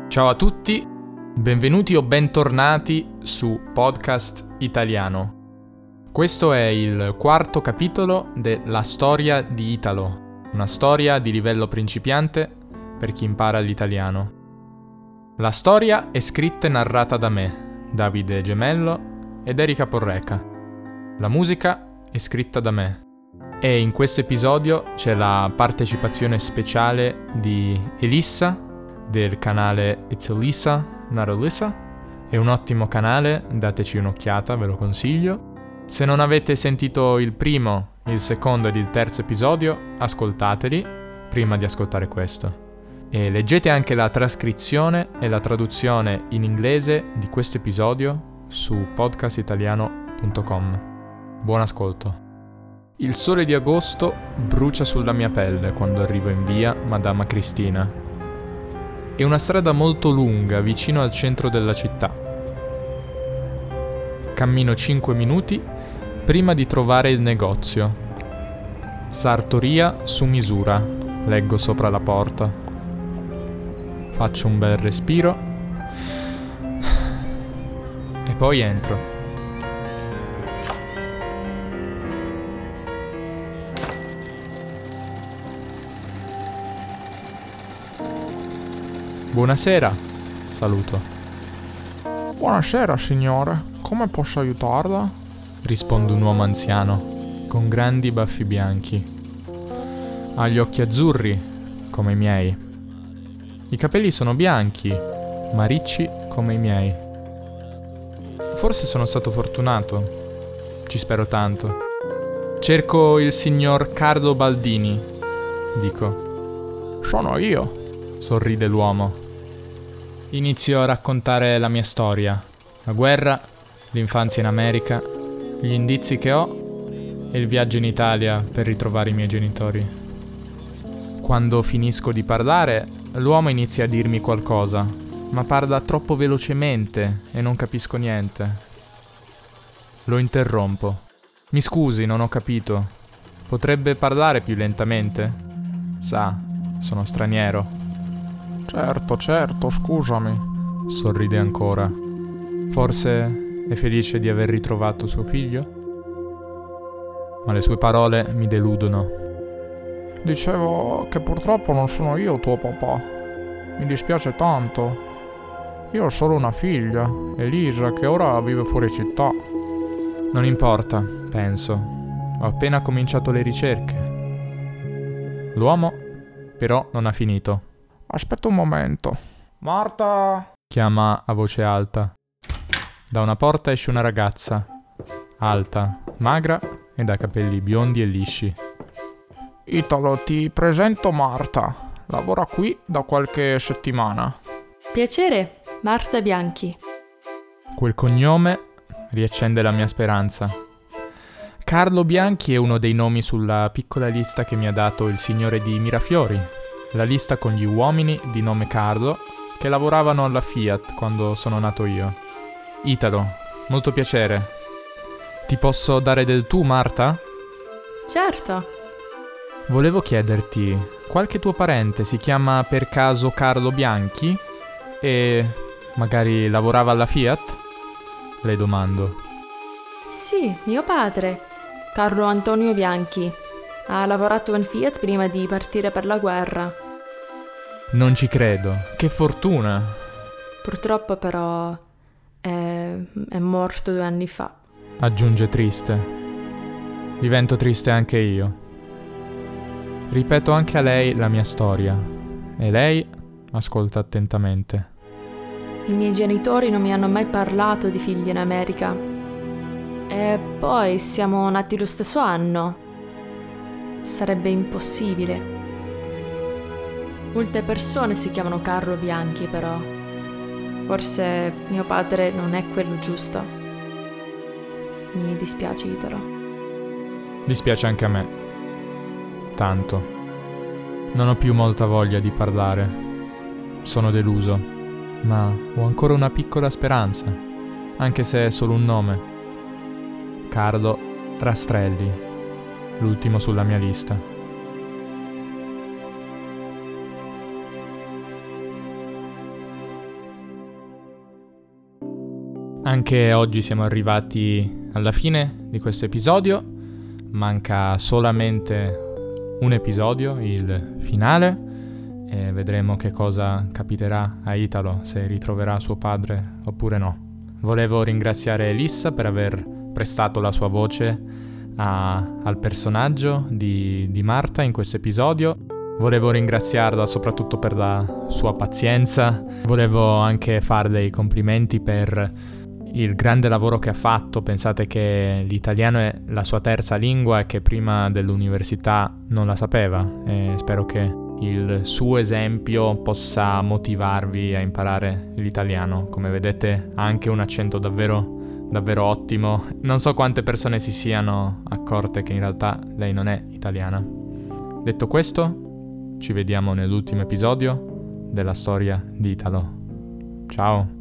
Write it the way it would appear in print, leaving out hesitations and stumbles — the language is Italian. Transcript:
Ciao a tutti, benvenuti o bentornati su Podcast Italiano. Questo è il quarto capitolo della storia di Italo, una storia di livello principiante per chi impara l'italiano. La storia è scritta e narrata da me, Davide Gemello ed Erika Porreca. La musica è scritta da me. E in questo episodio c'è la partecipazione speciale di Elissa del canale It's Elissa, Not Alyssa. È un ottimo canale, dateci un'occhiata, ve lo consiglio. Se non avete sentito il primo, il secondo ed il terzo episodio, ascoltateli prima di ascoltare questo. E leggete anche la trascrizione e la traduzione in inglese di questo episodio su podcastitaliano.com. Buon ascolto. Il sole di agosto brucia sulla mia pelle quando arrivo in via Madama Cristina. È una strada molto lunga vicino al centro della città. Cammino 5 minuti prima di trovare il negozio. Sartoria su misura, leggo sopra la porta. Faccio un bel respiro e poi entro. Buonasera, saluto. Buonasera signore, come posso aiutarla? Risponde un uomo anziano, con grandi baffi bianchi. Ha gli occhi azzurri, come i miei. I capelli sono bianchi, ma ricci come i miei. Forse sono stato fortunato, ci spero tanto. Cerco il signor Carlo Baldini, dico. Sono io, sorride l'uomo. Inizio a raccontare la mia storia, la guerra, l'infanzia in America, gli indizi che ho e il viaggio in Italia per ritrovare i miei genitori. Quando finisco di parlare, l'uomo inizia a dirmi qualcosa, ma parla troppo velocemente e non capisco niente. Lo interrompo. Mi scusi, non ho capito. Potrebbe parlare più lentamente? Sa, sono straniero. Certo, scusami. Sorride ancora. Forse è felice di aver ritrovato suo figlio? Ma le sue parole mi deludono. Dicevo che purtroppo non sono io tuo papà. Mi dispiace tanto. Io ho solo una figlia, Elisa, che ora vive fuori città. Non importa, penso. Ho appena cominciato le ricerche. L'uomo, però, non ha finito. Aspetta un momento. Marta! Chiama a voce alta. Da una porta esce una ragazza, alta, magra e da capelli biondi e lisci. Italo, ti presento Marta. Lavora qui da qualche settimana. Piacere, Marta Bianchi. Quel cognome riaccende la mia speranza. Carlo Bianchi è uno dei nomi sulla piccola lista che mi ha dato il signore di Mirafiori, la lista con gli uomini di nome Carlo che lavoravano alla Fiat quando sono nato io. Italo, molto piacere. Ti posso dare del tu, Marta? Certo. Volevo chiederti, qualche tuo parente si chiama per caso Carlo Bianchi? E magari lavorava alla Fiat? Le domando. Sì, mio padre, Carlo Antonio Bianchi. Ha lavorato in Fiat prima di partire per la guerra. Non ci credo, che fortuna! Purtroppo però è morto 2 anni fa. Aggiunge triste. Divento triste anche io. Ripeto anche a lei la mia storia e lei ascolta attentamente. I miei genitori non mi hanno mai parlato di figli in America. E poi siamo nati lo stesso anno. Sarebbe impossibile. Molte persone si chiamano Carlo Bianchi, però. Forse mio padre non è quello giusto. Mi dispiace, Italo. Dispiace anche a me. Tanto. Non ho più molta voglia di parlare. Sono deluso, ma ho ancora una piccola speranza, anche se è solo un nome. Carlo Rastrelli, l'ultimo sulla mia lista. Anche oggi siamo arrivati alla fine di questo episodio. Manca solamente un episodio, il finale, e vedremo che cosa capiterà a Italo, se ritroverà suo padre oppure no. Volevo ringraziare Elissa per aver prestato la sua voce al personaggio di Marta in questo episodio. Volevo ringraziarla soprattutto per la sua pazienza. Volevo anche fare dei complimenti per il grande lavoro che ha fatto. Pensate che l'italiano è la sua terza lingua e che prima dell'università non la sapeva, e spero che il suo esempio possa motivarvi a imparare l'italiano. Come vedete ha anche un accento davvero ottimo. Non so quante persone si siano accorte che in realtà lei non è italiana. Detto questo, ci vediamo nell'ultimo episodio della storia di Italo. Ciao!